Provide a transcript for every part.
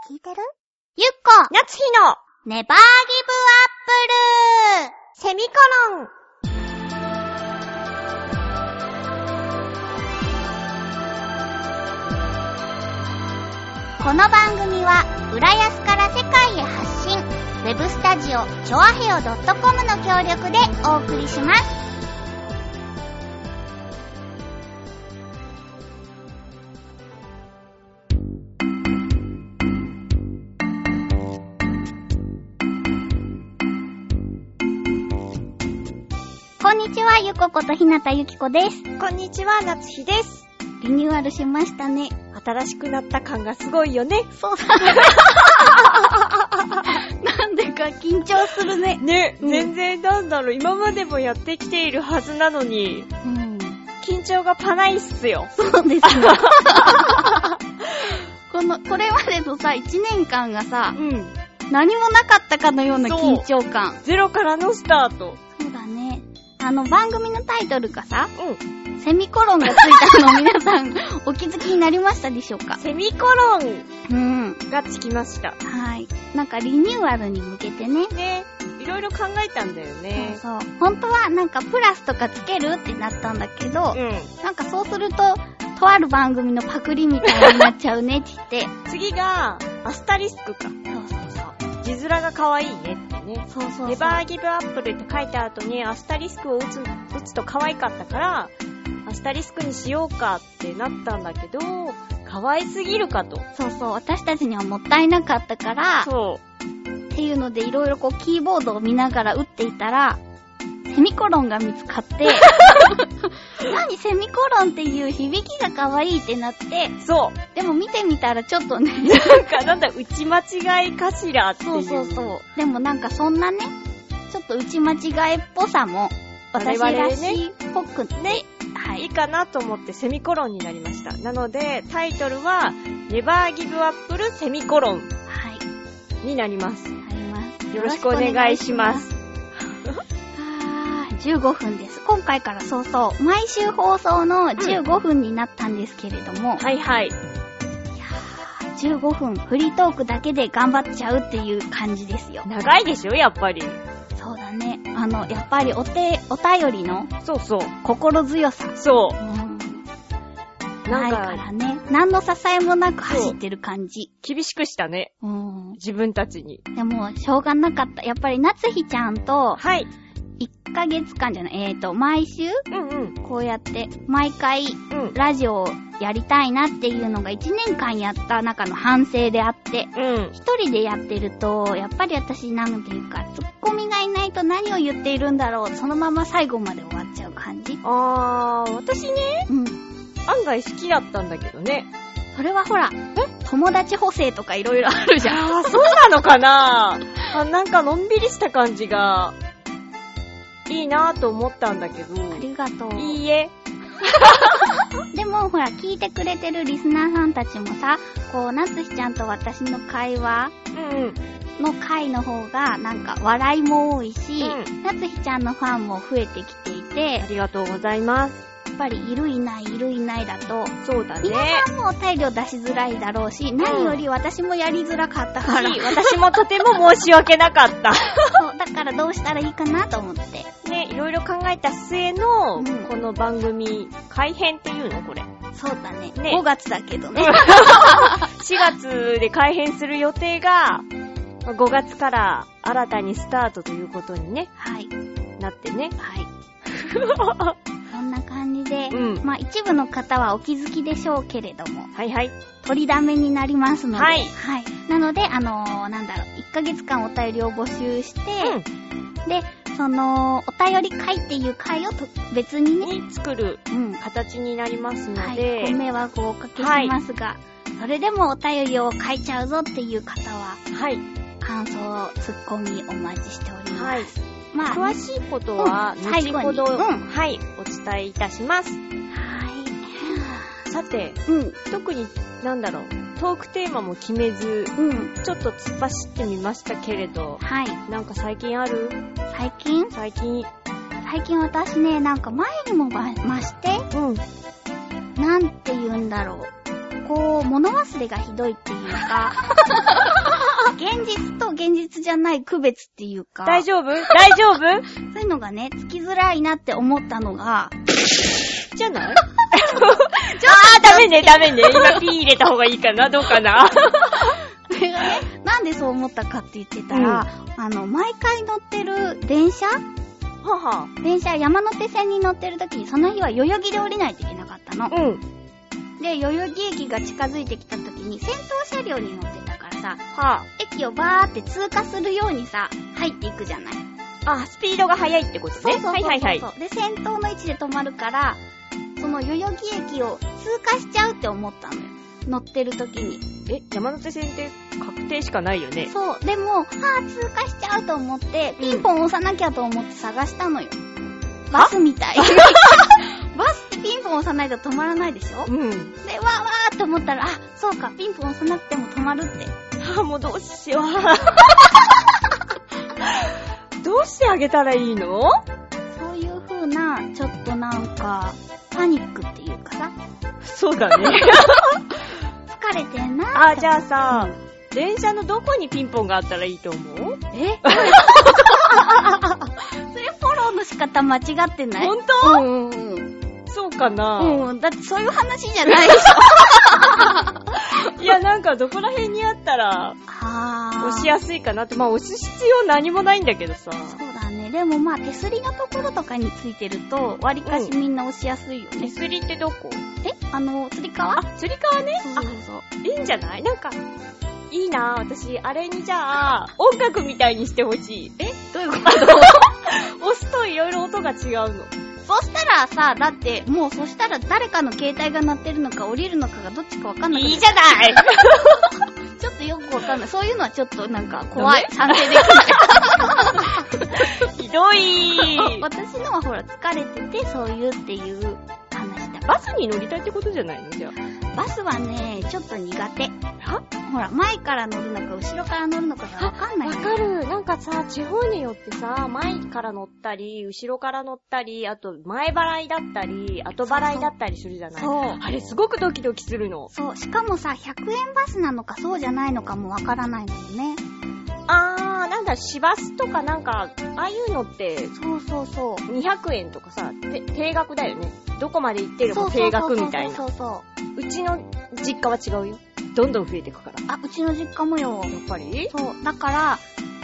聞いてる？ゆっこなつひのネバーギブアップルセミコロン。 この番組は浦安から世界へ発信、ウェブスタジオチョアヘオ .com の協力でお送りします。こんにちは、ゆこことひなたゆきこです。 こんにちは、なつひです。 リニューアルしましたね。 新しくなった感がすごいよね。 そうだね。なんでか緊張するね。 ね、全然なんだろう、今までもやってきているはずなのに、緊張がパないっすよ。 そうですね。これまでのさ、1年間がさ、何もなかったかのような緊張感。 ゼロからのスタート。 そうだね。番組のタイトルがさ、セミコロンがついたの皆さんお気づきになりましたでしょうか？ セミコロンがつきました。 はい。なんかリニューアルに向けてね。 ね、いろいろ考えたんだよね。 そう。本当はなんかプラスとかつけるってなったんだけど、なんかそうすると、とある番組のパクリみたいになっちゃうねって言って。 次が、アスタリスクか。 そうそうそう。 字面が可愛いねってね。 そうそうそう。 ネバーギブアップルって書いた後にアスタリスクを打つと可愛かったから、アスタリスクにしようかってなったんだけど、可愛すぎるかと。 そうそう、私たちにはもったいなかったから、 そう。 っていうのでいろいろこうキーボードを見ながら打っていたら、セミコロンが見つかって、何セミコロンっていう響きが可愛いってなって、 そう。 でも見てみたらちょっとね、 なんだ、打ち間違いかしらっていう。 そう。でもなんかそんなね、ちょっと打ち間違いっぽさも、私らしいっぽくね、はい。 いいかなと思ってセミコロンになりました。なので、タイトルは、ネバーギブアップルセミコロン。はい。になります。 なります。 よろしくお願いします。 15分です。今回からそうそう、毎週放送の15分になったんですけれども。 はいはい。いやー、15分、フリートークだけで頑張っちゃうっていう感じですよ。 長いでしょ、やっぱり。 そうだね。やっぱりお便りの。 そうそう。 心強さ。 そう。 ないからね。何の支えもなく走ってる感じ。 厳しくしたね。自分たちに。 でも、しょうがなかった。やっぱり、なつひちゃんと、 はい。 1ヶ月間じゃない、毎週、こうやって、毎回、ラジオをやりたいなっていうのが1年間やった中の反省であって、一人でやってると、やっぱり私なんていうか、ツッコミがいないと何を言っているんだろう、そのまま最後まで終わっちゃう感じ。 私ね、案外好きだったんだけどね。 それはほら、友達補正とかいろいろあるじゃん。 そうなのかななんかのんびりした感じが、いいなぁと思ったんだけど。 ありがとう。 いいえ。 でもほら、聞いてくれてるリスナーさんたちもさ、こう、なつひちゃんと私の会話の回の方が、なんか笑いも多いし、なつひちゃんのファンも増えてきていて、 ありがとうございます。 やっぱりいるいないだと、 そうだね。 皆さんもお便りを出しづらいだろうし、何より私もやりづらかったから。 私もとても申し訳なかった。 そう、だからどうしたらいいかなと思って。 ね、いろいろ考えた末の、この番組、改編っていうのこれ。 そうだね。5月だけどね。 4月で改編する予定が、5月から新たにスタートということにね。 はい。 なってね。 はい。そんな感じで、まあ一部の方はお気づきでしょうけれども、 はいはい。 取りだめになりますので、 はい。 はい。なので、1ヶ月間お便りを募集して、で、その、お便り会っていう会を別にね、 作る、形になりますので、 はい、ご迷惑をおかけしますが、それでもお便りを書いちゃうぞっていう方は、 はい。 感想、ツッコミお待ちしております。 はい。 まあ、 詳しいことは、後ほど、はい、お伝えいたします。はい。さて、特に、トークテーマも決めず、ちょっと突っ走ってみましたけれど、はい。なんか最近ある？最近私ね、なんか前にも増して、なんて言うんだろう。 こう、物忘れがひどいっていうか、現実と現実じゃない区別っていうか。 大丈夫そういうのがね、つきづらいなって思ったのが、 じゃないダメね。今ピー入れた方がいいかなどうかなそれがね、なんでそう思ったかって言ってたら、毎回乗ってる電車山手線に乗ってる時にその日は代々木で降りないといけなかったの。で、代々木駅が近づいてきた時に先頭車両に乗ってたからさ、駅をバーって通過するようにさ、入っていくじゃない。 スピードが速いってことね。 そう。で、先頭の位置で止まるから、その代々木駅を通過しちゃうって思ったのよ。乗ってる時に。 山手線って確定しかないよね。 そう。でも、通過しちゃうと思って、ピンポン押さなきゃと思って探したのよ。バスみたい。バスってピンポン押さないと止まらないでしょ？で、わーって思ったら、そうか、ピンポン押さなくても止まるって。 もうどうしよう。どうしてあげたらいいの？ そういう風な、ちょっとなんか、パニックっていうかさ。 そうだね。 疲れてんな。 じゃあさ、電車のどこにピンポンがあったらいいと思う？それフォローの仕方間違ってない？ ほんと？そうかな？ だってそういう話じゃないでしょ。いや、なんかどこら辺にあったら、押しやすいかなって。押す必要何もないんだけどさ。 そうだね。でも手すりのところとかについてると、わりかしみんな押しやすいよね。 手すりってどこ？ つり革？ つり革ね。 そう。 いいんじゃない？なんか、いいなぁ。私、あれにじゃあ、音楽みたいにしてほしい。 どういうこと？ 押すといろいろ音が違うの。 そしたらさ、だって、もうそしたら誰かの携帯が鳴ってるのか降りるのかがどっちかわかんない。 いいじゃないちょっとよくわかんない。そういうのはちょっとなんか怖い。賛成できない。 ひどい。 私のはほら疲れててそういうっていう話だ。 バスに乗りたいってことじゃないの？じゃあ。 バスはね、ちょっと苦手。ほら、前から乗るのか後ろから乗るのかがわかんない。 わかる。なんかさ、地方によってさ、前から乗ったり、後ろから乗ったり、あと前払いだったり、後払いだったりするじゃない？ そう。 あれすごくドキドキするの。 そう。しかもさ、100円バスなのかそうじゃないのかもわからないのよね。 なんだ、市バスとかなんか、ああいうのって、 そう。 200円とかさ、定額だよね。どこまで行ってるも定額みたいな。 そう。 うちの実家は違うよ。どんどん増えていくから。 うちの実家もよ。 やっぱり？ そう。だから、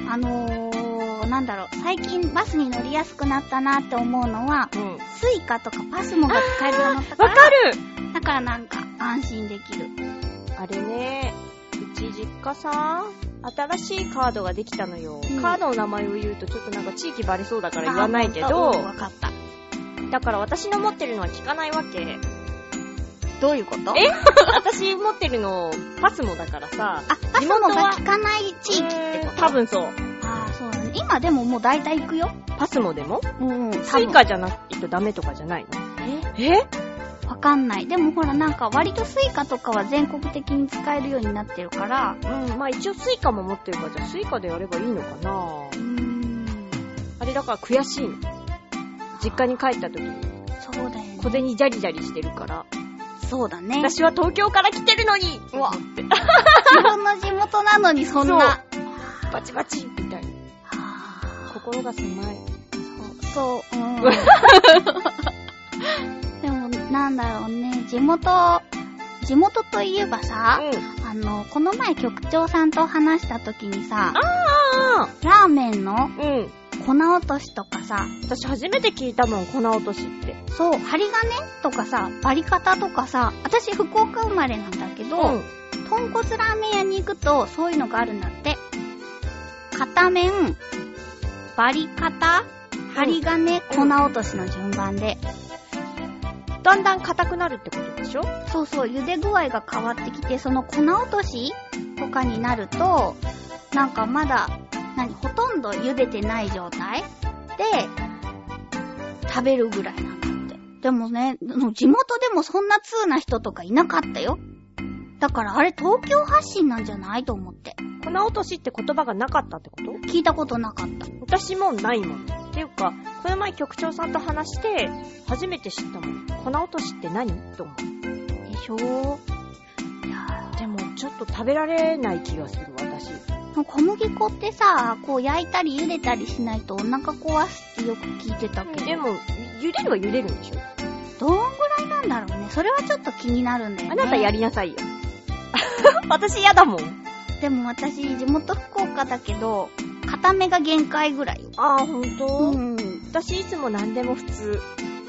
最近バスに乗りやすくなったなって思うのは、スイカとかパスモが使えるようになったから。 わかる！ だからなんか安心できる。 あれね、うち実家さ、新しいカードができたのよ。カードの名前を言うとちょっとなんか地域バレそうだから言わないけど。 わかった。 だから私の持ってるのは聞かないわけ。 どういうこと？ 私持ってるのパスモだからさ。 パスモが聞かない地域ってこと？ 多分そう。 そうだね。今でももう大体行くよ。 パスモでも？スイカじゃないとダメとかじゃないの？ わかんない。でもほらなんか割とスイカとかは全国的に使えるようになってるから。 一応スイカも持ってるから、じゃあスイカでやればいいのかな？あれだから悔しいの。実家に帰った時に。 そうだよね。 小銭ジャリジャリしてるから。 そうだね。 私は東京から来てるのに！ うわ。自分の地元なのにそんな。 バチバチみたいな。心が狭い。 そう。でも、なんだろうね。地元といえばさ、この前局長さんと話した時にさ、ラーメンの粉落としとかさ、 私初めて聞いたもん、粉落としって。 そう、針金とかさ、バリカタとかさ、私福岡生まれなんだけど、豚骨ラーメン屋に行くとそういうのがあるんだって。片面、バリカタ、針金、粉落としの順番で。 だんだん硬くなるってことでしょ？ そう、茹で具合が変わってきて、その粉落としとかになると、なんかまだ、ほとんど茹でてない状態で、食べるぐらいなんだって。でもね、地元でもそんな通な人とかいなかったよ。だからあれ東京発信なんじゃないと思って。 粉落としって言葉がなかったってこと？ 聞いたことなかった。 私もないもん。っていうか、この前局長さんと話して、初めて知ったもん。粉落としって何？と思う。 でしょ？ ちょっと食べられない気がする、私。 小麦粉ってさ、こう焼いたり茹でたりしないとお腹壊すってよく聞いてたけど。 でも、茹でるは茹でるんでしょ？ どんぐらいなんだろうね。それはちょっと気になるんだよね。 あなたやりなさいよ。私嫌だもん。 でも私、地元福岡だけど、固めが限界ぐらいよ。 あー、ほんと？私いつも何でも普通。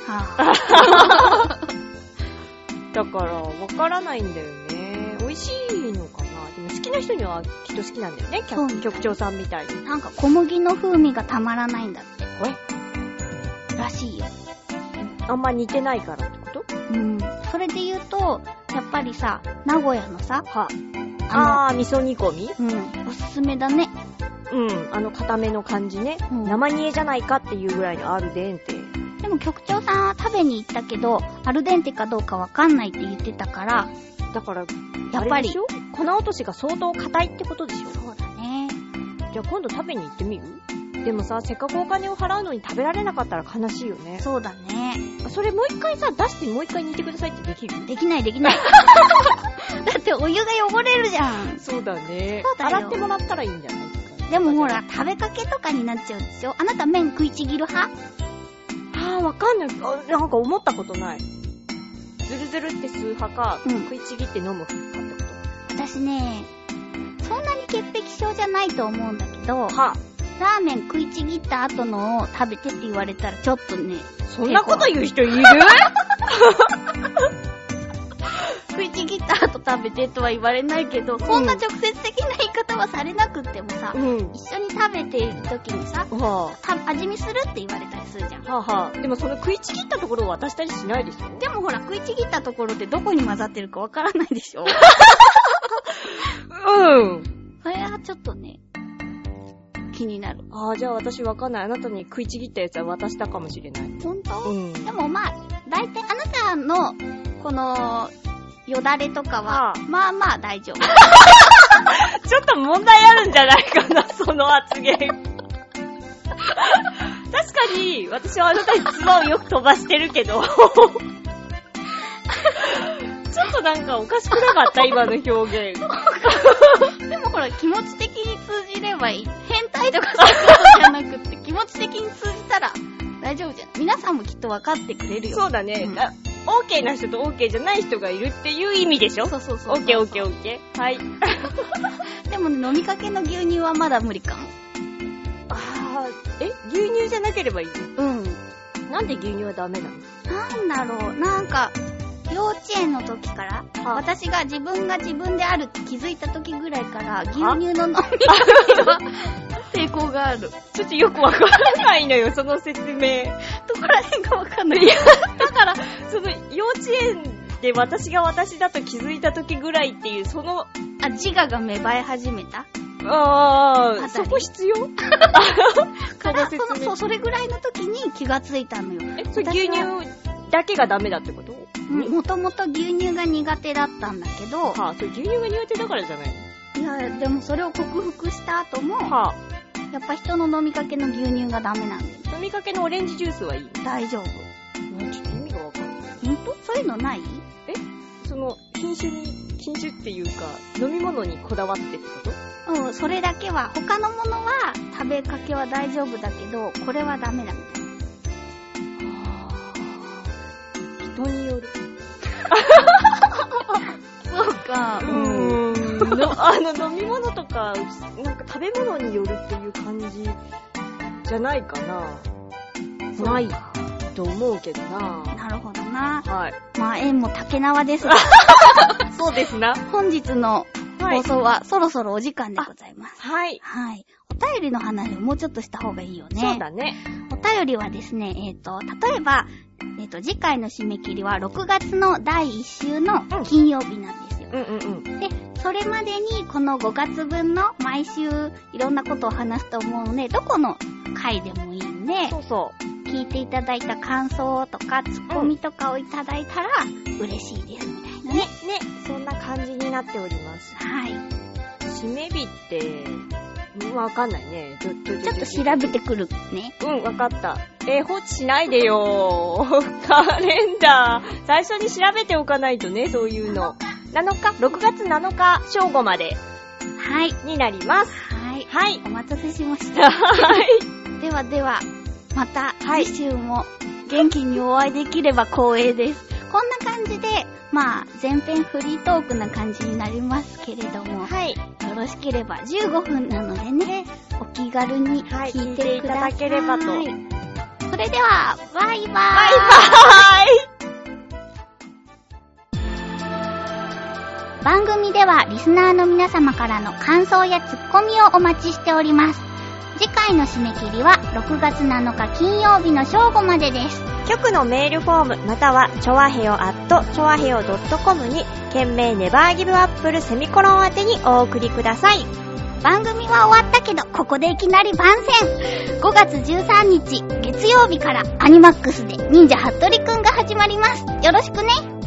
だから、わからないんだよね。美味しいのかな？でも好きな人にはきっと好きなんだよね。局長さんみたいに。 なんか小麦の風味がたまらないんだって。らしいよ。 あんま似てないからってこと？ それで言うと、やっぱりさ、名古屋のさ、 味噌煮込み？ おすすめだね。 固めの感じね。生煮えじゃないかっていうぐらいのアルデンテ。 でも局長さんは食べに行ったけど、アルデンテかどうかわかんないって言ってたから、 だから、 やっぱり粉落としが相当硬いってことでしょ？ そうだね。 じゃあ今度食べに行ってみる？でもさ、せっかくお金を払うのに食べられなかったら悲しいよね。 そうだね。 それもう一回さ、出してもう一回煮てくださいってできる？ できない。だってお湯が汚れるじゃん。 そうだね。 そうだよ。 洗ってもらったらいいんじゃない？ でもほら、食べかけとかになっちゃうでしょ？あなた麺食いちぎる派？ わかんない。なんか思ったことない。ズルズルって吸う派か、食いちぎって飲む派ってこと？ 私ね、そんなに潔癖症じゃないと思うんだけど、ラーメン食いちぎった後のを食べてって言われたらちょっとね。 そんなこと言う人いる？ 食いちぎった後食べてとは言われないけど、そんな直接的な言い方はされなくってもさ、一緒に食べている時にさ、味見するって言われたりするじゃん。 でもその食いちぎったところを渡したりしないでしょ？ でもほら、食いちぎったところでどこに混ざってるかわからないでしょ？それはちょっとね、気になる。 じゃあ私わかんない。あなたに食いちぎったやつは渡したかもしれない。 ほんと？でもまあ、だいたいあなたの、この、よだれとかは、まあまあ大丈夫。 ちょっと問題あるんじゃないかな、その発言。確かに、私はあなたに唾をよく飛ばしてるけど、ちょっとなんかおかしくなかった、今の表現。 でもほら、気持ち的に通じればいい。変態とかそういうことじゃなくって、気持ち的に通じたら大丈夫じゃん。皆さんもきっと分かってくれるよ。 そうだね。OK な人と OK じゃない人がいるっていう意味でしょ？そう。OK。はい。 でもね、飲みかけの牛乳はまだ無理かも。 牛乳じゃなければいい？なんで牛乳はダメなの？ なんだろう、なんか、幼稚園の時から、私が自分が自分であるって気づいた時ぐらいから、牛乳の飲みかけは抵抗がある。 ちょっとよくわからないのよ、その説明。 どこら辺かわかんない。 だから、その幼稚園で私が私だと気づいた時ぐらいっていう、その、 自我が芽生え始めた？ そこ必要？ それぐらいの時に気がついたのよ。 牛乳だけがダメだってこと？ もともと牛乳が苦手だったんだけど。 それ牛乳が苦手だからじゃない？ いや、でもそれを克服した後も、やっぱ人の飲みかけの牛乳がダメなんだよ。 飲みかけのオレンジジュースはいい？ 大丈夫。 ちょっと意味がわかんない。 ほんと？そういうのない？ その、品種っていうか、飲み物にこだわってってこと？ それだけは、他のものは食べかけは大丈夫だけど、これはダメだみたいな。 人による。 そうか。 飲み物とか、なんか食べ物によるっていう感じじゃないかな。ないと思うけどな。 なるほどな。 はい。 まあ、縁も竹縄ですが。 そうですな。 本日の放送はそろそろお時間でございます。 はい。 お便りの話をもうちょっとした方がいいよね。 そうだね。 お便りはですね、例えば、次回の締め切りは6月の第1週の金曜日なんですよ。で、それまでにこの5月分の毎週いろんなことを話すと思うので、どこの回でもいいんで、聞いていただいた感想とかツッコミとかをいただいたら嬉しいですみたいなね。 そんな感じになっております。 はい。 締め日って、わかんないね。 ちょっと調べてくるね。 わかった。放置しないでよ。カレンダー。最初に調べておかないとね、そういうの。 6月7日正午まで。 はい。 になります。 はい。 はい。 お待たせしました。 はい。 では、また、次週も元気にお会いできれば光栄です。こんな感じで、まあ、前編フリートークな感じになりますけれども、 はい。 よろしければ15分なのでね、お気軽に聞いていただければと。それでは、バイバーイ。バイバーイ。番組ではリスナーの皆様からの感想やツッコミをお待ちしております。次回の締め切りは6月7日金曜日の正午までです。 局のメールフォームまたはちょわへよ@choaheyo.com に件名ネバーギブアップルセミコロン宛てにお送りください。 番組は終わったけどここでいきなり番宣。5月13日月曜日からアニマックスで忍者ハットリくんが始まります。よろしくね。